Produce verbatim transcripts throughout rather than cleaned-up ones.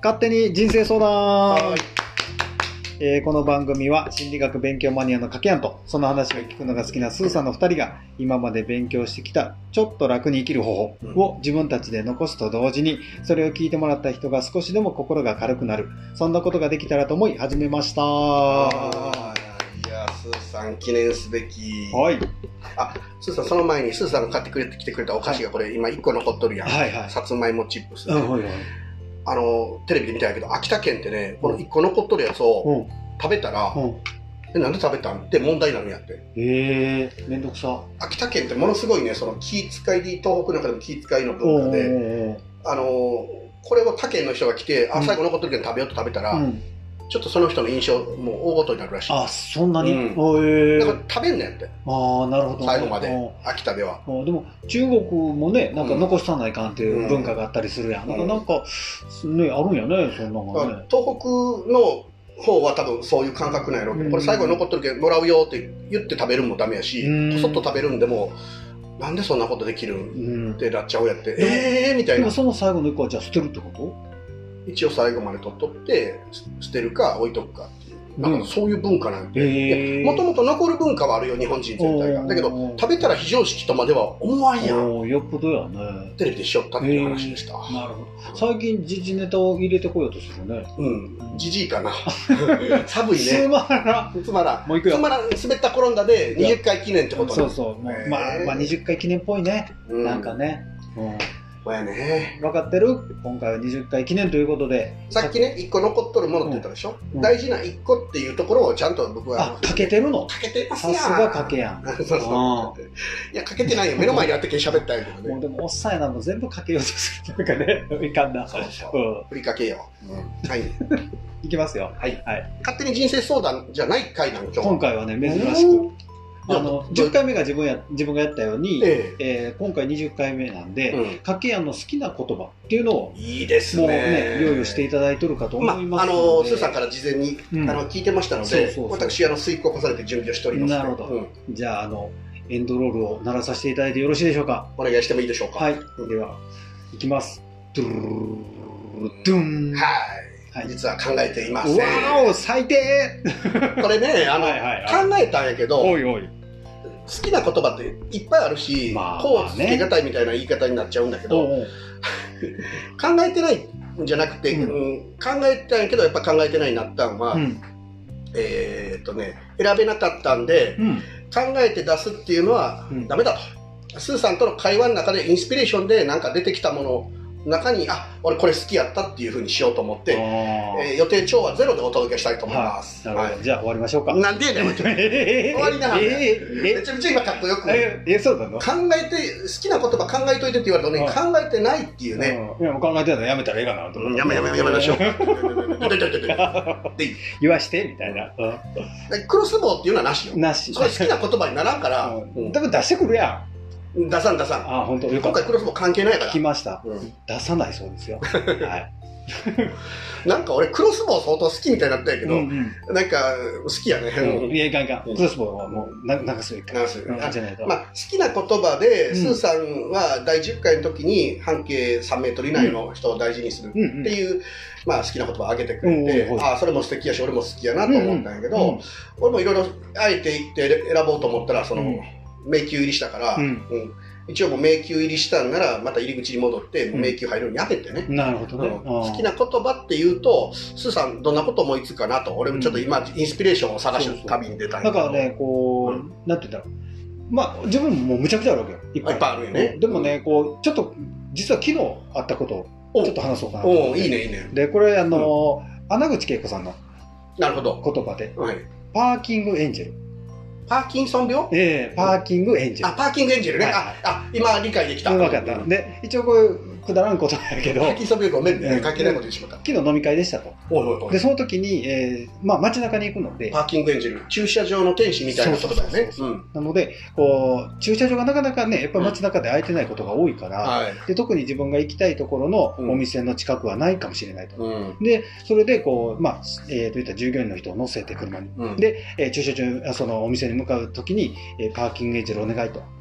勝手に人生相談。 はい。 えーこの番組は心理学勉強マニアのかけやんとその話を聞くのが好きなスーさんのふたりが今まで勉強してきたちょっと楽に生きる方法を自分たちで残すと同時にそれを聞いてもらった人が少しでも心が軽くなる、そんなことができたらと思い始めました。 あーいや、スーさん記念すべき。 はい。 あ、スーさん、その前にスーさんが買ってくれてきてくれたお菓子がこれ、今いっこ残っとるやん。 はいはい。 さつまいもチップス、ね。 うん、はいはい。 あの、テレビで見たんやけど、秋田県ってね、このいっこ残っとるやつをうん食べたら、 うん。 え、なんで食べたんって問題になるんやって。 えー、めんどくさ。 秋田県ってものすごいね、その気遣いで、東北の中でも気遣いのお文化で、 ーあの、これを他県の人が来て、あ、 うん最後残っとるけど食べようと食べたら、 うん。 ちょっとその人の印象、もう大ごとになるらしい。 あ、そんなに、 うんおえーだから食べんねんって、 ああ、なるほど、ね。 最後までうん、 秋田では。 あでも中国もね、なんか残さないかんっていう文化があったりするやん。 うんなんか、なんかね、あるんやね、そんなのがね。 東北の方は多分そういう感覚なんやろうけど、 うんこれ最後に残ってるけどもらうよって言って食べるのもダメやし、 うんこそっと食べるんでもなんでそんなことできるうんんってなっちゃうやって、 でもえーみたいな。 でもその最後の一個はじゃあ捨てるってこ一応最後まで取っとって捨てるか置いとくかっていう、 うんなんかそういう文化なんと？ で、もともと残る文化はあるよ、日本人全体が。だけど食べたら非常識とまでは思わんやん。 おーよっぽどやね。 テレビでしよったっていう話でした。 なるほど。最近時事ネタを入れてこようとするね。 うん、じじいかな。寒いつね。 まらん。 つまらん。 もう行くよつまらん、滑った転んだでにじゅっかい記念ってことね。 そうそう。もうへーまあ、まあ、にじゅっかい記念っぽいね。 うんなんかね。うんそうやね。 分かってる？今回はにじゅっかい記念ということで。 さっきね、いっこ残っとるものって言ったでしょ、 うん大事ないっこっていうところをちゃんと僕は。 あ、かけてるの？ かけてますやん。 さすがかけやん。 そうそう。いや、かけてないよ。目の前にあってけん喋ったんやけどね。 もうでもおっさんやなの全部かけようとする。なんかね、いかんな。 そうそううん。 振りかけよう。はい。 いきますよ。 はい。 はい。 勝手に人生相談じゃない回なん今日は。 今回はね、珍しく。あの、 うんじゅっかいめが自分や、自分がやったように、 ええー今回にじゅっかいめなんで、 うんかけやんの好きな言葉っていうのを、 いいですもうね。 ね、用意していただいてるかと思まあ、あいますのの、 で。 スーさんから事前に、 うんあの聞いてましたので、 そうそうそう私、あの、遂行化されて準備をしております。 なるほどうんじゃあ、あの、エンドロールを鳴らさせていただいてよろしいでしょうか。 お願いしてもいいでしょうか。 はい。 うんでは、いきます。ドゥルルルルドゥン。 はい。 はい実は考えていません。 わーお、最低これね、あの、 はいはいはい考えたんやけど、 おいおい。 好きな言葉っていっぱいあるし、 まあこうつけがたいみたいな言い方になっちゃうんだけど、 おうおう考えてないんじゃなくて、 うんうん考えたんやけど、やっぱ考えてないになったんは、 うん。 えーっとね、選べなかったんで、 うん。 考えて出すっていうのはうんダメだと。スーさんとの会話の中でインスピレーションでなんか出てきたものの中に、あ、俺これ好きやったっていうふうにしようと思って、 あーえー予定調和ゼロでお届けしたいと思います。 なるほど。 はいじゃあ終わりましょうか。 なんでやねん、終えわりなはずやえめちゃめちゃ今かっこよく、 ええ、そうなの？ 考えて、好きな言葉考えといてって言われたのに、 うん考えてないっていうね。 うんいや、もう考えてたらやめたらええかなと思って。 うんやめやめやめましょう。で言わしてみたいな。 でクロスボウっていうのはなしようん。。なし。 それ好きな言葉にならんから、 うん多分出してくるやうん出さん出さん。 ん。あ、本当よか今った。 回クロスボウ関係ないから来。ました。 うん出さないそうですよ。はい。 なんか俺クロスボウ相当好きみたいになったんやけど、 うんなんか好きやね。 うん。いや、いかんいかん。 うんクロスボウはもう、ななんかそういうか。 なんかそういううんじゃないと。 まあ、好きな言葉で、 うんスーさんはだいじゅっかいの時に半径さんメートル以内の人を大事にするうんうんっていう、まあ、好きな言葉を挙げてくれて、 うんうんああそれも素敵やし俺も好きやなと思ったんやけど、 うんうん俺もいろいろあえて言って選ぼうと思ったらその、 うん迷宮入りしたから、 うんうん一応もう迷宮入りしたんならまた入り口に戻って、 うん迷宮入るのやめてね、 なるほどね。 うん好きな言葉っていうとスーさんどんなこと思いつくかなと俺もちょっと今、インスピレーションを探して旅に出たんやけどだからね、こう、 うんなんて言うんだろう。まあ、自分もむちゃくちゃあるわけよ。いっぱい。 いっぱいあるよねうんでもね、こう、ちょっと、実は昨日あったことを、 おちょっと話そうかなと思って。 おいいねいいねで、これ、あの、穴口恵子さんのなるほど、 言葉で、 はい、 パーキングエンジェル。 パーキンソン病ええパーキングエンジェあ、 ル。 パーキングエンジェルね。 はいあ、あ、今理解できた。 分かった。 うんで、一応こういうくだらんことやけど、 パーキンソン病ごめんね。 うん関係ないこと言ってしまった。 昨日飲み会でしたと。 おいおいおいで、その時に、えーまあ、街中に行くのでパ、ーキングエンジェル、駐車場の天使みたいなことだよね。 そうなので、こう、駐車場がなかなかね、やっぱり街中で空いてないことが多いから、 はい。 で特に自分が行きたいところのうんお店の近くはないかもしれないと。 うん。 で、それで、こう、まあ、えー、といった従業員の人を乗せて車に。 うん。 で、えー駐車場、あそのお店に向かうときに、えーパーキングエンジェルお願いと。 うん。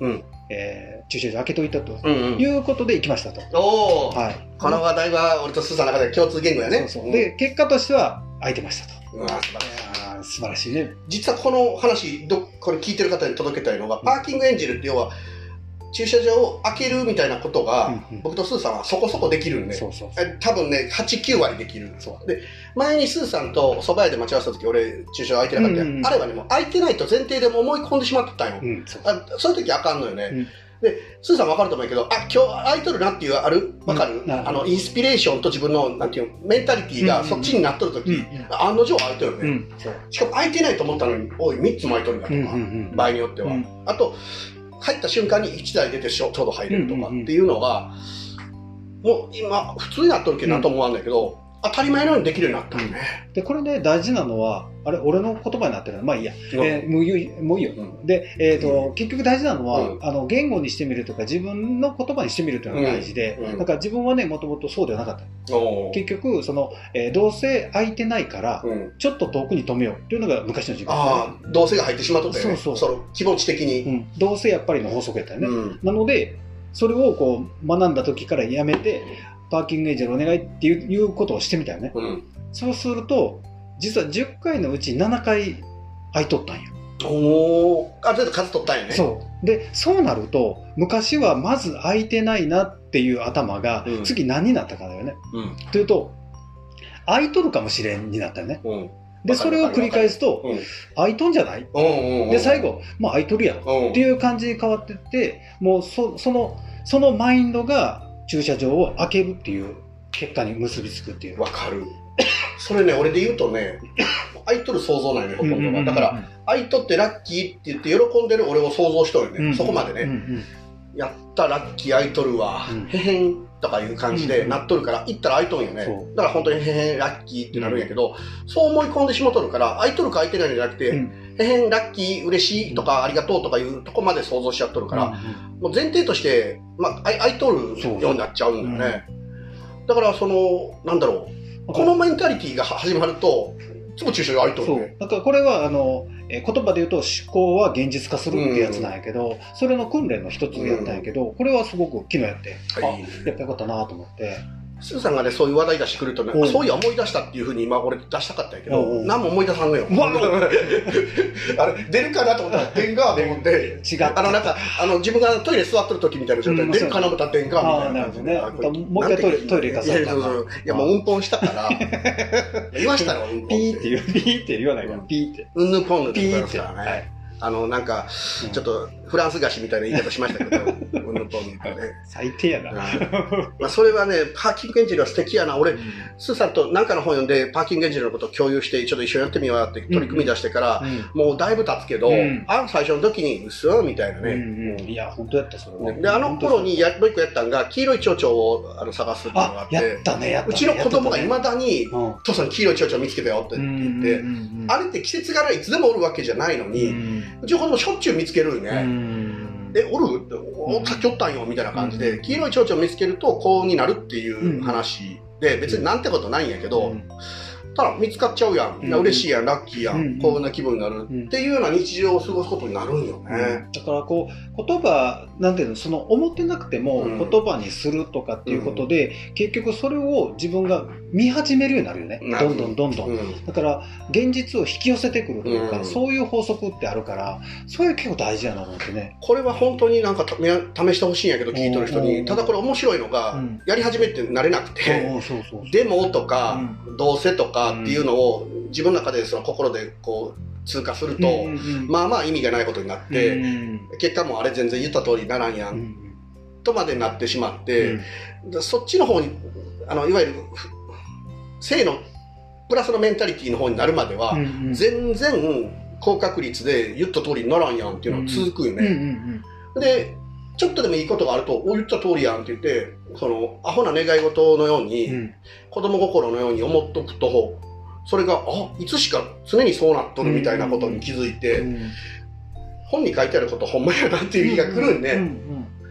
えー、駐車場開けといたとうんうん、 いうことで行きましたと。 おー、 はい、 この話題は俺とスーさんの中で共通言語やね。 そうそう。で、結果としては開いてましたと。 うわ、素晴らしい。 素晴らしいね。 実はこの話ど、これ聞いてる方に届けたいのが、パーキングエンジンって要は、駐車場を開けるみたいなことが、うんうん、僕とスーさんはそこそこできるんで、そうそうそう、多分ね、はち、きゅうわりできる。そうで、前にスーさんと蕎麦屋で待ち合わせた時、俺、駐車場開いてなかったよ、うんうん。あれはね、もう開いてないと前提でも思い込んでしまってたんよ。うん、そうそう、あ、そういう時あかんのよね。うん、で、スーさん分かると思うけど、あ、今日開いとるなっていう、ある分かる、うん、あの、インスピレーションと自分の、なんていうの、メンタリティーがそっちになっとる時、うんうん、案の定開いとるよね、うん。しかも開いてないと思ったのに、おい、みっつも開いとるんだとか、うんうんうん、場合によっては。うん、あと、入った瞬間にいちだい出てちょうど入れるとかっていうのが、もう今、普通になっとるけどなと思わんだけど、当たり前のようにできるようになったよね。 で、これね、大事なのは、あれ、俺の言葉になってるの。まあいいや。うん、えー、もういいもういいよ。うん、で、えっ、ー、と、うん、結局大事なのは、うん、あの、言語にしてみるとか、自分の言葉にしてみるというのが大事で、うん、だから自分はね、もともとそうではなかった。結局、その、えー、どうせ空いてないから、うん、ちょっと遠くに止めようっていうのが昔の自分、ね。ああ、どうせが入ってしまっとったよね。そうそう。その気持ち的に、 うん。どうせやっぱりの法則やったよね。うん、なので、それをこう、学んだ時からやめて、パーキングエンジンお願いっていう、いうことをしてみたよね。うん、そうすると、実はじゅっかいのうちななかい空いとったんよ。 おー。ある程度数取ったんよね。 そう。で、そうなると、昔はまず空いてないなっていう頭が、うん、次何になったかだよね。うん、というと、空いとるかもしれんになったよね。うん、で、それを繰り返すと、うん、空いとんじゃない、うん、で、最後、まあ空いとるやん、うん、っていう感じに変わってって、もうそ、その、そのマインドが駐車場を開けるっていう結果に結びつくっていう。 わかる。それね、俺で言うとね、空いとる想像なんよね、ほとんどが。だから、空いとってラッキーって言って喜んでる俺を想像しとるよね、うんうん、そこまでね。うんうん、やったラッキー空いとるわ、うん、へへんとかいう感じでなっとるから、行ったら空いとんよね。だから本当にへへんラッキーってなるんやけど、うん、そう思い込んでしまっとるから、空いとるか空いてないんじゃなくて、うん、へへんラッキー嬉しいとかありがとうとかいうとこまで想像しちゃっとるから、うんうん、もう前提として、まあ、空いとるようになっちゃうんだよね。うん、だからその、なんだろう。このメンタリティが始まると、いつも駐車場空いとるね。 だからこれはあの、えー、言葉で言うと思考は現実化するってやつなんやけど、うん、それの訓練の一つやったんやけど、うん、これはすごく昨日やって、うん、あ、やっぱよかったなと思って。 スーさんがね、そういう話題出してくるとね、うん、そういや思い出したっていうふうに今俺出したかったんやけど、うん、何も思い出さんのよ。あれ、出るかなと思ったら、出んがと思って、違う。あの、なんか、あの、自分がトイレ座ってる時みたいな状態で、出るかなと思ったら出んかみたいな感じで。ね、もう一回トイレ、トイレ行かされた。いや、もう運本したから、言わしたら運本。 ピーって言う、ピーって言わないから、ピーって。 うんぬぽんぬって言いますからね。あの、なんか、ちょっと、フランス菓子みたいな言い方しましたけど、うんぬぽんぬってね。 最低やな。 まあ、それはね、パーキングエンジンは素敵やな。俺、うん、スーさんと何かの本読んで、パーキングエンジンのことを共有して、ちょっと一緒にやってみようって取り組み出してから、うん、もうだいぶ経つけど、うん、あの最初の時に、うそみたいなね。 うんうん、いや、本当やった、それは。 で、あの頃にや、もう一個やったんが、黄色い蝶々をあの探すっていうのがあって、 やったね、やったね。 うちの子供が未だに、父さん黄色い蝶々見つけたよって言って、あれって季節柄いつでもおるわけじゃないのに、うちの子供しょっちゅう見つけるよね。え、おるって、お、さっきおったんよみたいな感じで、黄色い蝶々を見つけると幸運になるっていう話で、別になんてことないんやけど、ただ見つかっちゃうやん。うん、嬉しいやん、ラッキーやん、うん、幸運な気分になる、うん、っていうような日常を過ごすことになるんよね。 だからこう、言葉、なんていうの、その思ってなくても言葉にするとかっていうことで、うん、結局それを自分が見始めるようになるよね。どんどんどんどん。うん、だから現実を引き寄せてくるというか、うん、そういう法則ってあるから、それ結構大事やなと思ってね。 これは本当になんか試してほしいんやけど、聞いとる人に。ただこれ面白いのが、うん、やり始めて慣れなくて、でもとか、うん、どうせとかっていうのを自分の中でその心でこう通過すると、うんうん、まあまあ意味がないことになって、うん、結果もあれ全然言った通りにならんやん、うん、とまでになってしまって、うん、そっちの方にあのいわゆる正のプラスのメンタリティの方になるまでは、うんうん、全然高確率で言った通りにならんやんっていうのが続くよね、うんうんうん、でちょっとでもいいことがあると、お、言った通りやんって言って、その、アホな願い事のように、うん、子供心のように思っとくと、それが、あ、いつしか常にそうなっとるみたいなことに気づいて、うんうん、本に書いてあることほんまやなっていう日が来るんで、うんうんうん、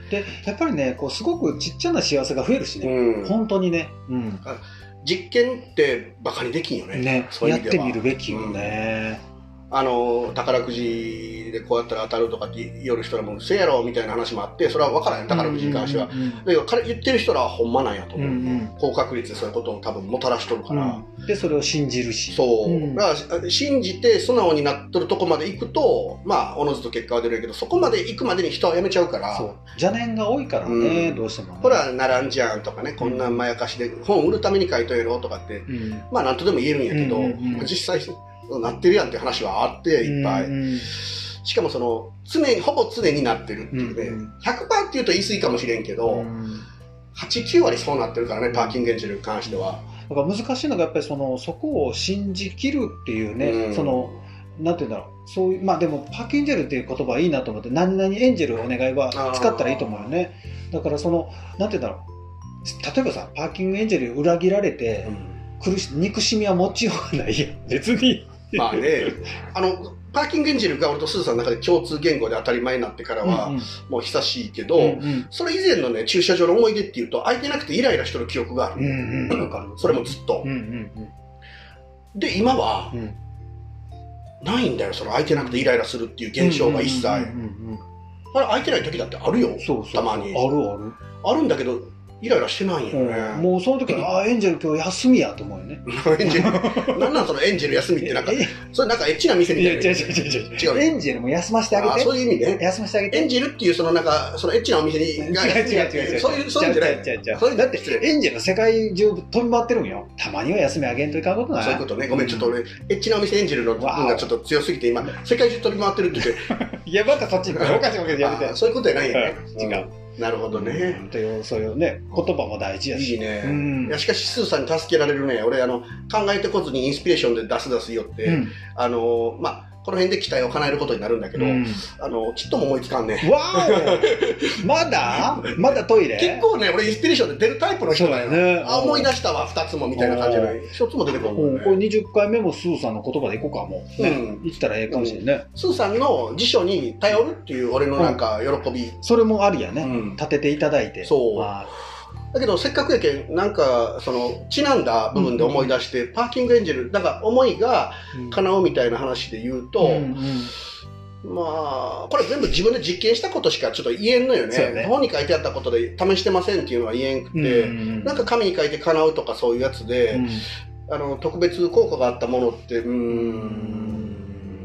で、やっぱりね、こう、すごくちっちゃな幸せが増えるしね、うん、本当にね、うん。 実験ってバカにできんよね。 ね、そういう意味ではやってみるべきよね。 うん、あの、宝くじでこうやったら当たるとかって言う人らもせやろみたいな話もあって、それは分からへん、宝くじに関しては。だけど彼言ってる人らはほんまなんやと思う、うんうん、高確率でそういうことを多分もたらしとるから、 うん、でそれを信じるし、 そう、うん、だから信じて素直になっとるとこまで行くと、まあおのずと結果は出るけど、そこまで行くまでに人はやめちゃうから、そう邪念が多いからね、うん、どうしてもね、 ほらならんじゃんとかね、こんなまやかしで本売るために書いとやろとかって、うん、まあなんとでも言えるんやけど、うんうんうん、実際なってるやんって話はあっていっぱい、うんうん、しかもその常にほぼ常になってるっていうね、うんうん、ひゃくパーセント って言うと言い過ぎかもしれんけど、うん、はち、きゅうわりそうなってるからね、パーキングエンジェルに関しては。 だから難しいのがやっぱりそのそこを信じきるっていうね、うん、そのなんていうんだろう、そういう、まあでもパーキングエンジェルっていう言葉はいいなと思って、何々エンジェルお願いは使ったらいいと思うよね。だからそのなんていうんだろう、例えばさ、パーキングエンジェル裏切られて、うん、苦し憎しみは持ちようがないやん別に。 まあね、あのパーキングエンジェルが俺とスーさんの中で共通言語で当たり前になってからは、うんうん、もう久しいけど、うんうん、それ以前のね駐車場の思い出っていうと、空いてなくてイライラしてる記憶がある、うんうん、それもずっと、うんうんうん、で今は、うん、ないんだよ、その空いてなくてイライラするっていう現象が一切、あれ空いてない時だってあるよ、そうそう、たまにあるあるあるんだけどイライラしてないんよね、 うん、もうその時はああエンジェル今日休みやと思うよね。 エンジェルなんなんそのエンジェル休みってなんかそれなんかエッチな店みたいな。 違う違う違う違う、エンジェルも休ませてあげて。あ、 そういう意味ね。 休ませてあげて。 エンジェルっていうそのなんかそのエッチなお店に違う違う違う違う、そういうそういうんじゃない。違う違う違う、そういうだってエンジェル世界中飛び回ってるんよ。たまには休みあげんといかんことない。 そういうことね。ごめん、ちょっと俺エッチなお店エンジェルの分がちょっと強すぎて今世界中飛び回ってるって言って。 いやまたそっちおかしいわけでやめて。 そういうことじゃないよね。 違う。 なるほどね。 というそういうね言葉も大事やし。 いいね。うん、いやしかしスーさんに助けられるね。俺あの考えてこずにインスピレーションで出す出すよって、うん、あのまあこの辺で期待を叶えることになるんだけど、うん、あのちっとも思いつかんね。 わお。まだまだトイレ。 結構ね俺インスピレーションで出るタイプの人だよね。あ思い出したわふたつもみたいな感じじゃない。ひとつも出てこない、ね。 これにじゅっかいめもスーさんの言葉でいこうかもう。ね、うん、言ったらええかもしれないね、 うん。スーさんの辞書に頼るっていう俺のなんか喜び。 うん、それもありやね。うん、立てていただいて。 そう。まあだけどせっかくやけんなんかそのちなんだ部分で思い出して、うんうん、パーキングエンジェルだから思いが叶うみたいな話で言うと、うんうん、まあこれ全部自分で実験したことしかちょっと言えんのよ ね, ね本に書いてあったことで試してませんっていうのは言えんくて、うんうん、なんか紙に書いて叶うとかそういうやつで、うん、あの特別効果があったものってうーん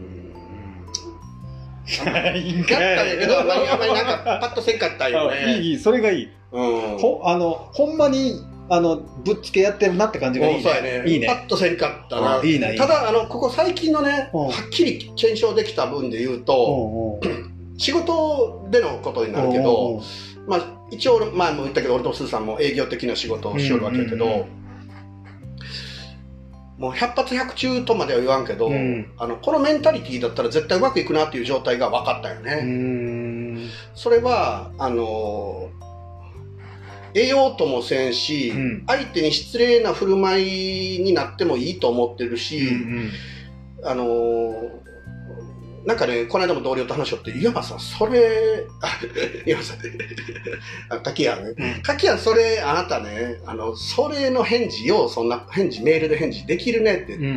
やったんやけどあんまりあんまりなんかパッとせんかったよね。 いいいいそれがいい。うん、ほあのほんまにあのぶっつけやってるなって感じがいいね。 そうやね。いいね。パッとせんかったな。 いいね。 ただあのここ最近のねはっきり検証できた分で言うと仕事でのことになるけど、まあ一応前も言ったけど俺とスーさんも営業的な仕事をしよるわけやけど、うんうんうん、もう百発百中とまでは言わんけど、うん、あのこのメンタリティーだったら絶対うまくいくなっていう状態が分かったよね。うーんそれはあの得ようともせんし、うん、相手に失礼な振る舞いになってもいいと思ってるし、うんうん、あのなんかねこの間も同僚と話しよって「いやまさんそれいやまさんかきやんねかきやんそれあなたねあのそれの返事をそんな返事メールで返事できるね」って、うんうんうん、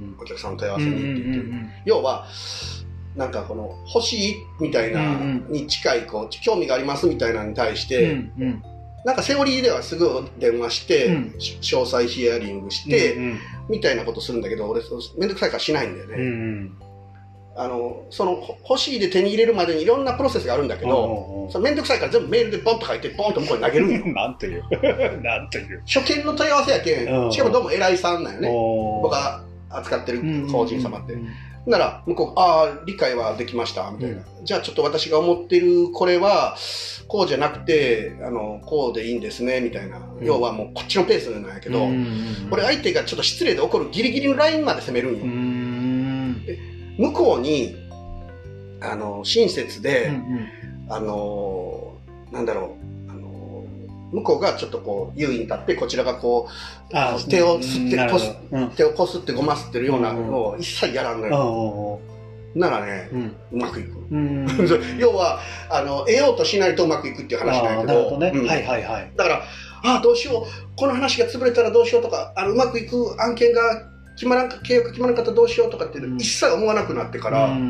お客さんの問い合わせにって言って、うんうんうん、要はなんかこの欲しいみたいなに近いこう興味がありますみたいなのに対して、うんうんなんかセオリーではすぐ電話して、うん、詳細ヒアリングして、うんうん、みたいなことするんだけど俺めんどくさいからしないんだよね、うんうん、あのその欲しいで手に入れるまでにいろんなプロセスがあるんだけどそのめんどくさいから全部メールでボンと書いてボンと向こうに投げるんよなんというなんという初見の問い合わせやけんしかもどうも偉いさんなんよね僕が扱ってる法人様って、うんうんうんなら向こうああ理解はできましたみたいな、うん、じゃあちょっと私が思ってるこれはこうじゃなくてあのこうでいいんですねみたいな、うん、要はもうこっちのペースなんやけど、うん、これ相手がちょっと失礼で怒るギリギリのラインまで攻めるんよ、うん、で向こうにあの親切で、うんうん、あのなんだろう向こうがちょっとこう優位に立ってこちらがこうあ手を吸ってこす、うん、手をこすってごますってるようなのを一切やらんのよ、うん、ならね、うん、うまくいく、うん、要はあの得ようとしないとうまくいくっていう話なんやけど、 ねうん、はいはいはいだからああどうしようこの話が潰れたらどうしようとかあのうまくいく案件が決まらん契約が決まらなかったらどうしようとかって、うん、一切思わなくなってから、うん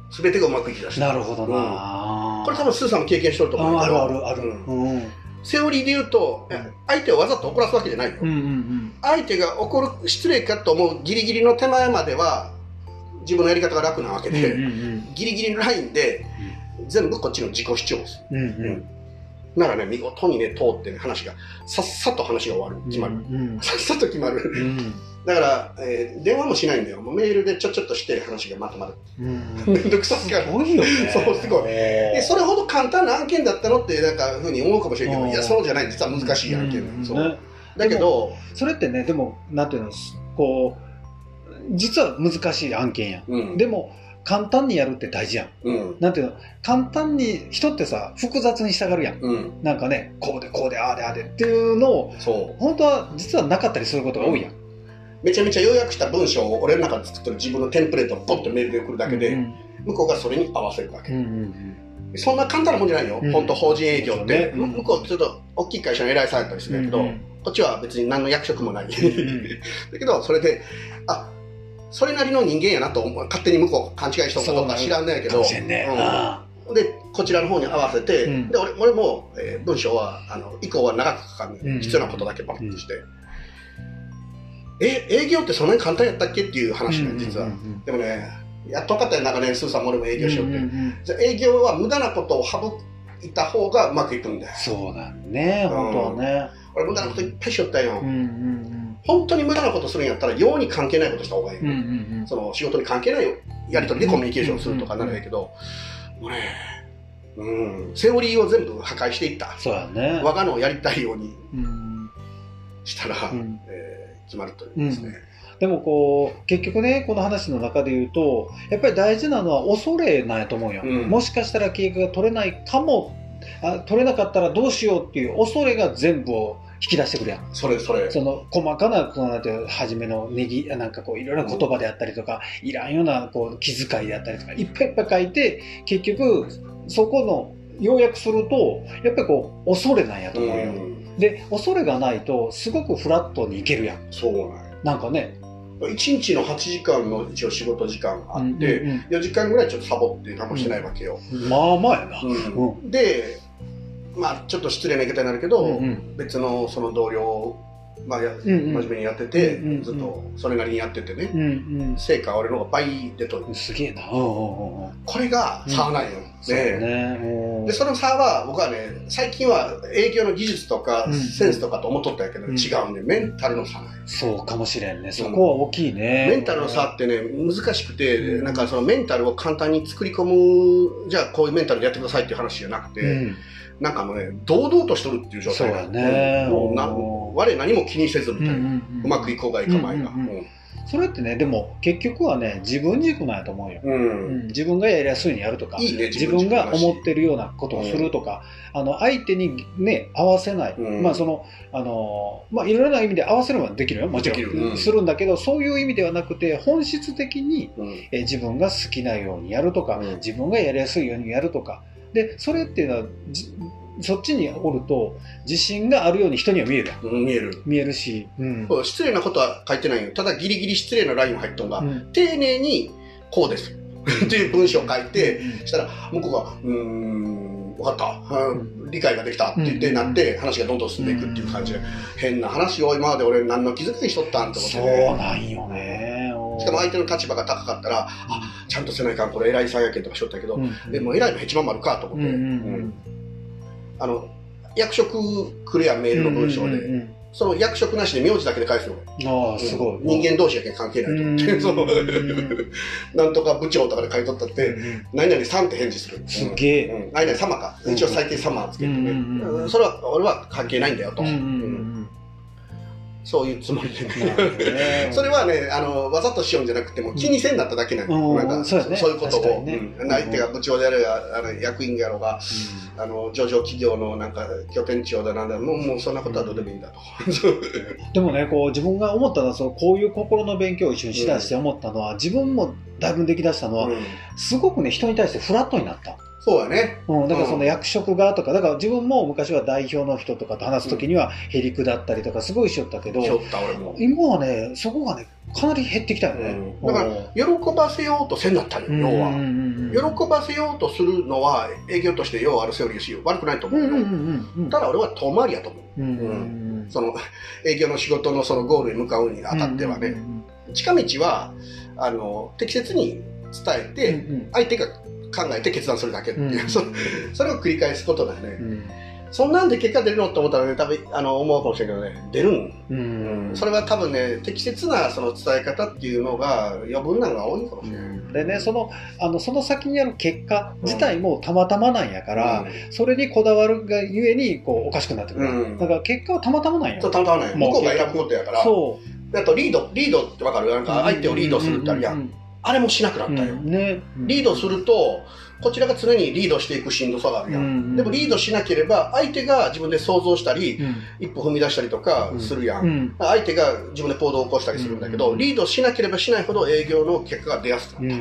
全てがうまくいきだした。 なるほどな、 うん、これ多分スーさんも経験してると思うけど、 あるあるある、うんうん、 セオリーで言うと、相手をわざと怒らすわけじゃないよ、うんうんうん、相手が怒る失礼かと思うギリギリの手前までは自分のやり方が楽なわけで、うんうんうん、ギリギリのラインで全部こっちの自己主張です、うんうんうん、ならね見事にね通ってね話がさっさと話が終わる決まる、うんうん、さっさと決まる、うん、だから、えー、電話もしないんだよ、もうメールでちょちょっとして話がまとまる、うん、めんどくさいからすごいよねそうすごいでそれほど簡単な案件だったのってなんかふうに思うかもしれないけど、いやそうじゃない、実は難しい案件、うんうん、そう、ね、だけどそれってねでもなんていうのこう実は難しい案件や、うん、でも簡単にやるって大事やん、うん、なんていうの簡単に人ってさ複雑にしたがるやん、うん、なんかねこうでこうでああでああでっていうのをそう本当は実はなかったりすることが多いやん、うん、 めちゃめちゃ要約した文章を俺の中で作ってる自分のテンプレートをポッとメールで送るだけで、うんうん、向こうがそれに合わせるだけ、うんうんうん、そんな簡単なもんじゃないよ、うん、本当法人営業って、ね、向こうちょっと大きい会社の偉いさんやったりするんだけど、うんうん、こっちは別に何の役職もない、うんうん、だけどそれであそれなりの人間やなと勝手に向こう勘違いしたかどうか知らんないけど、ねうん、でこちらの方に合わせて、うん、で 俺, 俺も、えー、文章はあの以降は長くかかる、うん、必要なことだけバッとして、うん、え営業ってそんなに簡単やったっけっていう話ね実は、うんうんうんうん、でもねやっと分かったよ長年スーさんも俺も営業しようって、うんうんうん、じゃ営業は無駄なことを省いた方がうまくいくんだよ。 そうなんね、本当はね。 俺無駄なこといっぱいしよったよ、うんうんうん、本当に無駄なことするんやったら用に関係ないことした方がいい、うんうんうん、その仕事に関係ないやり取りでコミュニケーションするとかならいいけど、もうね、うん、セオリーを全部破壊していった。 そうやね。 我がのをやりたいようにしたら、うんえー、決まるというですね、 うん、でもこう結局ねこの話の中で言うとやっぱり大事なのは恐れなんやと思うよ、うん、もしかしたら計画が取れないかもあ取れなかったらどうしようっていう恐れが全部を引き出してくるやん。 それそれその細かなこうなんて初めのネギなんかこういろいろな言葉であったりとか、うん、いらんようなこう気遣いであったりとかいっぱいいっぱい書いて結局そこの要約するとやっぱりこう恐れなんやと思うよ、うん、で恐れがないとすごくフラットにいけるやん。 そうなんやなんかねいちにちのはちじかんの一応仕事時間があって、うんうんうん、よじかんぐらいちょっとサボって何もしてないわけよ、 うん、まあまあやな、 うんうん、でまあちょっと失礼な言い方になるけど、うんうん、別のその同僚まあや、うんうん、真面目にやってて、うんうん、ずっとそれなりにやっててね、うんうん、成果は俺の方が倍出とる。 すげえな。 これが差ないよ、うん、ね。 そうね。 でその差は僕はね最近は営業の技術とかセンスとかと思っとったんやけど、うん、違うんでメンタルの差ない。 そうかもしれんね。そこは大きいね。 メンタルの差ってね難しくて、うん、なんかそのメンタルを簡単に作り込むじゃあこういうメンタルでやってくださいっていう話じゃなくて。うんなんかもうね、堂々としとるっていう状態が、 ね、 もうな我何も気にせずみたいな、うんうんうん、うまくいこうがいかまいが、うんうんうん、 それってねでも結局はね自分軸なんやと思うよ、うんうん、自分がやりやすいにやるとかいい、ね、 自分が思ってるようなことをするとか、うん、あの相手にね合わせない、うん、まあそのあのまあいろいろな意味で合わせるのはできるよもちろん、うん、するんだけどそういう意味ではなくて本質的に、うん、え自分が好きなようにやるとか、うん、自分がやりやすいようにやるとかでそれっていうのはそっちにおると自信があるように人には見えるやん、 うん、見える見えるし、うん、 失礼なことは書いてないよただギリギリ失礼なラインを入ったのが、うん、丁寧にこうですっていう文章を書いて、うん、したら向こうがうーん分かった、うん、理解ができたって言ってなって、うん、話がどんどん進んでいくっていう感じで、うん、変な話を今まで俺何の気づきにしとったんってことで、ね、 そうなんよねしかも相手の立場が高かったら、あ、ちゃんとせないかんこれ偉いさんやけんとかしとったけど、うん、でも偉いのヘチマン丸かと思って、うんうんうん、あの役職くれやメールの文章で、うんうんうん、その役職なしで名字だけで返すの。 ああすごい。 人間同士やけん関係ないと思って、そのなんとか部長とかで書いとったって、うんうん、何々さんって返事する。 すげえ。 うん、何々様か。一応最低様つけてね、うんうんうん。それは俺は関係ないんだよと。うんうんうんそういうつもりでね。それはね、あの、わざとしようんじゃなくても気にせんなっただけなんで、うん、なんかそう、ね、そういうことを、ねうん、相手が部長であるあの役員やろうが、うん、あの、上場企業のなんか拠点長だなんだ、もう、もうそんなことはどうでもいいんだと。 でもね、こう自分が思ったのは、そうこういう心の勉強を一緒にしだして思ったのは、うん、自分もだいぶできだしたのは、うん、すごくね、人に対してフラットになった。 そうやね。 うん、だからその役職がとか、だから自分も昔は代表の人とかと話すときにはへりくだったりとかすごいしよったけど、 しよった俺も。 今はね、そこがね、かなり減ってきたよね。 うん、だから、喜ばせようとせんなったのよ、要は。喜ばせようとするのは営業として要あるセオリーし、悪くないと思うよ。ただ俺は遠回りやと思う。うん、その営業の仕事のそのゴールに向かうにあたってはね、近道はあの適切に伝えて、相手が考えて決断するだけっていう、そ, それを繰り返すことだよね。うんそんなんで結果出るのって思ったらね、多分あの思うかもしれないけどね、出るん、うん、それは多分ね、適切なその伝え方っていうのが余分なのが多いかもしれない。うん、でね、そのあのその先にある結果自体もたまたまなんやから、うん、それにこだわるがゆえにこうおかしくなってくる、うん、だから結果はたまたまなんや。 そう、たまたまなんや。向こうが選ぶことやから。そう。あとリード、リードってわかる？なんか相手をリードするってあるやん。あれもしなくなったよ。うんねうん、リードすると、こちらが常にリードしていくしんどさがあるやん。うんうん、でもリードしなければ、相手が自分で想像したり、うん、一歩踏み出したりとかするやん。うん、相手が自分で行動を起こしたりするんだけど、うん、リードしなければしないほど営業の結果が出やすくなった。うん、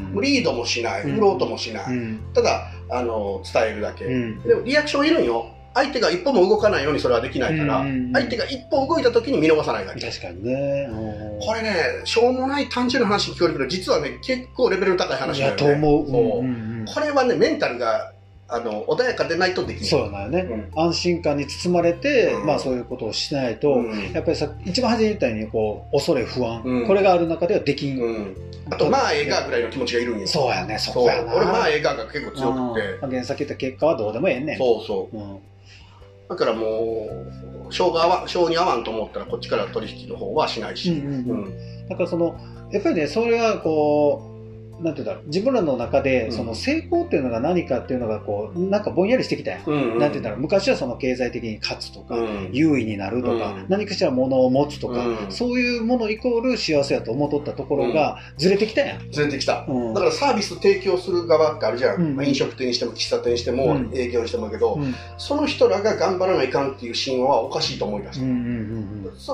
リードもしない、振ろうともしない。うん、ただ、あの、伝えるだけ。うん、でもリアクションいるんよ。相手が一歩も動かないようにそれはできないから、相手が一歩動いた時に見逃さないだけ。 確かにね。 これね、しょうもない単純な話に聞こえるけど、実はね、結構レベルの高い話だよね。 いや、と思う。 そう。うんうん、これはね、メンタルが、あの、穏やかでないとできない。 そうだよね。うん、安心感に包まれて、うん、まあそういうことをしないと、うん、やっぱりさ、一番初めに言ったように、こう、恐れ不安、うん。これがある中ではできん。うん、 あと、まあ、映画ぐらいの気持ちがいるんよ。 そうやね、そこやな。 俺、まあ、映画が結構強くて。 原作言った結果はどうでもええねん。 そうそう。うんだからもう、性が合わ、性に合わんと思ったら、こっちから取引の方はしないし。 だからその、やっぱりね、それはこう、なんていうんだろう、自分らの中で、その成功っていうのが何かっていうのがこう、なんかぼんやりしてきたやん。うんうん、なんていうんだろう、昔はその経済的に勝つとか、うん、優位になるとか、うん、何かしら物を持つとか、うん、そういうものイコール幸せやと思っとったところが、ずれてきたやん。 ずれてきた。うん、だからサービス提供する側ってあるじゃん。うんまあ、飲食店にしても喫茶店にしても、うん、営業にしてもだけど、うん、その人らが頑張らないかんっていう神話はおかしいと思い出した。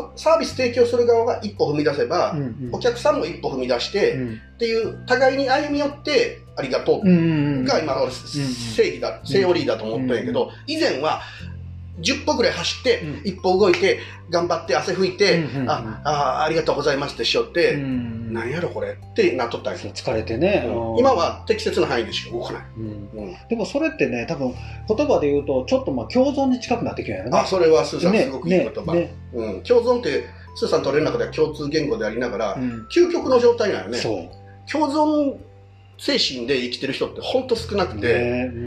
サービス提供する側が一歩踏み出せば、うんうん、お客さんも一歩踏み出して、うん、っていう互いに歩み寄ってありがとうが今の正義だ、セオリーだと思ったんやけど、以前はじゅっぽぐらい走って、一歩動いて、頑張って汗拭いて、ああ、ありがとうございますってしよって、なんやろこれってなっとったんや。 疲れてね。 今は適切な範囲でしか動かない。 でもそれってね、多分言葉で言うと、ちょっとまあ共存に近くなってきるんやね。 あ、それはスーさんすごくいい言葉。共存ってスーさんと俺の中では共通言語でありながら、究極の状態なのね。共存精神で生きてる人って本当少なくて、ねうん、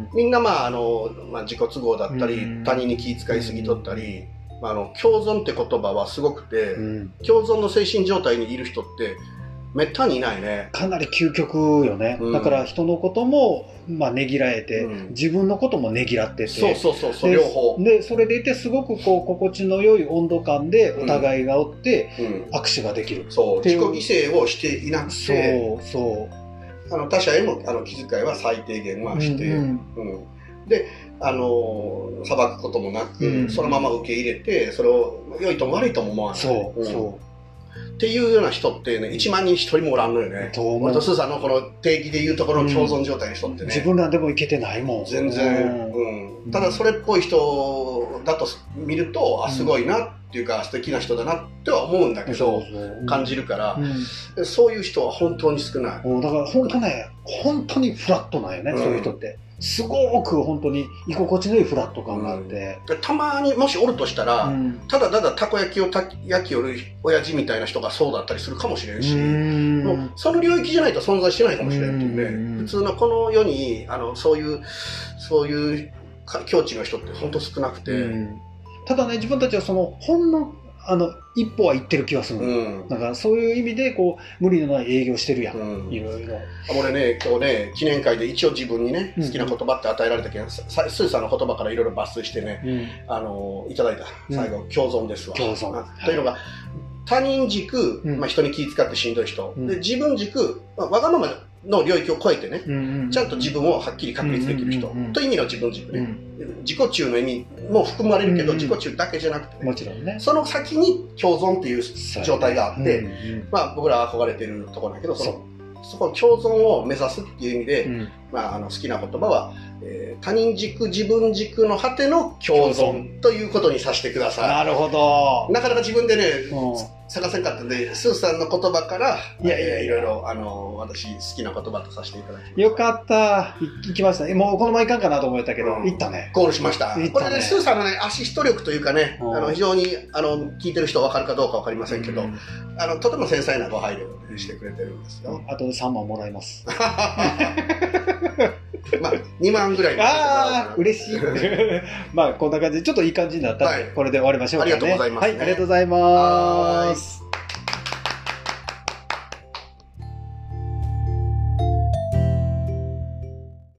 みんなまああの、まあ、自己都合だったり、うん、他人に気遣いすぎとったり、うんまあ、あの共存って言葉はすごくて、うん、共存の精神状態にいる人ってめったにいないね。 かなり究極よね、うん、だから人のことも、まあ、ねぎらえて、うん、自分のこともねぎらっててそうそうそうそう両方でそれでいてすごくこう心地の良い温度感でお互いがおって、うん、握手ができる、 そう自己犠牲をしていなくてそうそうあの他者へのあの気遣いは最低限はして、うんうんうん、であの裁くこともなく、うん、そのまま受け入れてそれを良いとも悪いとも思わないそう、うん、そうっていうような人ってね、いちまんにんひとりもおらんのよね。と思う。スーさんのこの定義でいうところの共存状態の人ってね。うん、 自分らでもいけてないもん。 全然。うん。ただそれっぽい人だと見ると、あ、すごいなっていうか、素敵な人だなっては思うんだけど、そうそううん、感じるから、うん、そういう人は本当に少ない。 だから本当ね、本当にフラットなんよね、うん、そういう人って。すごく本当に居心地のいいフラット感があって、 うん、たまにもしおるとしたら、うん、ただただたこ焼きを焼きよる親父みたいな人がそうだったりするかもしれんし、うんもうその領域じゃないと存在してないかもしれんっていうね、普通のこの世にあのそういうそういう境地の人って本当少なくて、うん、 ただね自分たちはそのほんのあの一歩は行ってる気がする、うん、だからそういう意味でこう無理のない営業してるやん、うん、いろいろ俺ね今日ね記念会で一応自分にね好きな言葉って与えられたけど、うん、スーさんの言葉からいろいろ抜粋してね、うん、あのいただいた最後、うん、共存ですわ共存、はい、 というのが他人軸、まあ、人に気遣ってしんどい人、うん、で自分軸、まあ、わがままの領域を超えてね、うんうん、ちゃんと自分をはっきり確立できる人、うんうんうん、という意味の自分軸ね、うん、自己中の意味も含まれるけど、うんうん、自己中だけじゃなくて、ね、 もちろんね、 その先に共存っていう状態があって、うんうん、まあ、僕ら憧れてるところだけどそのそこの共存を目指すっていう意味で、うん、まあ、あの好きな言葉は、えー、他人軸自分軸の果ての共存ということにさせてください。 なるほど。 なかなか自分でね、うん、探せんかったんで、スーさんの言葉から、いやいやいろいろ、あの、私好きな言葉とさせていただきました。 よかった。行きましたね。もうこのままいかんかなと思ったけど、うん、行ったね。 ゴールしました。ね、これね、スーさんのね、アシスト力というかね、うん、あの非常にあの聞いてる人分かるかどうか分かりませんけど、うん、あのとても繊細なご配慮をしてくれてるんですよ。 あとさんまんもらいます。 まあ、にまんぐらい。 ああ、嬉しい。まあ、こんな感じで、ちょっといい感じになったので、はい、これで終わりましょうかね。 ありがとうございます、ね。 はい、ありがとうございます。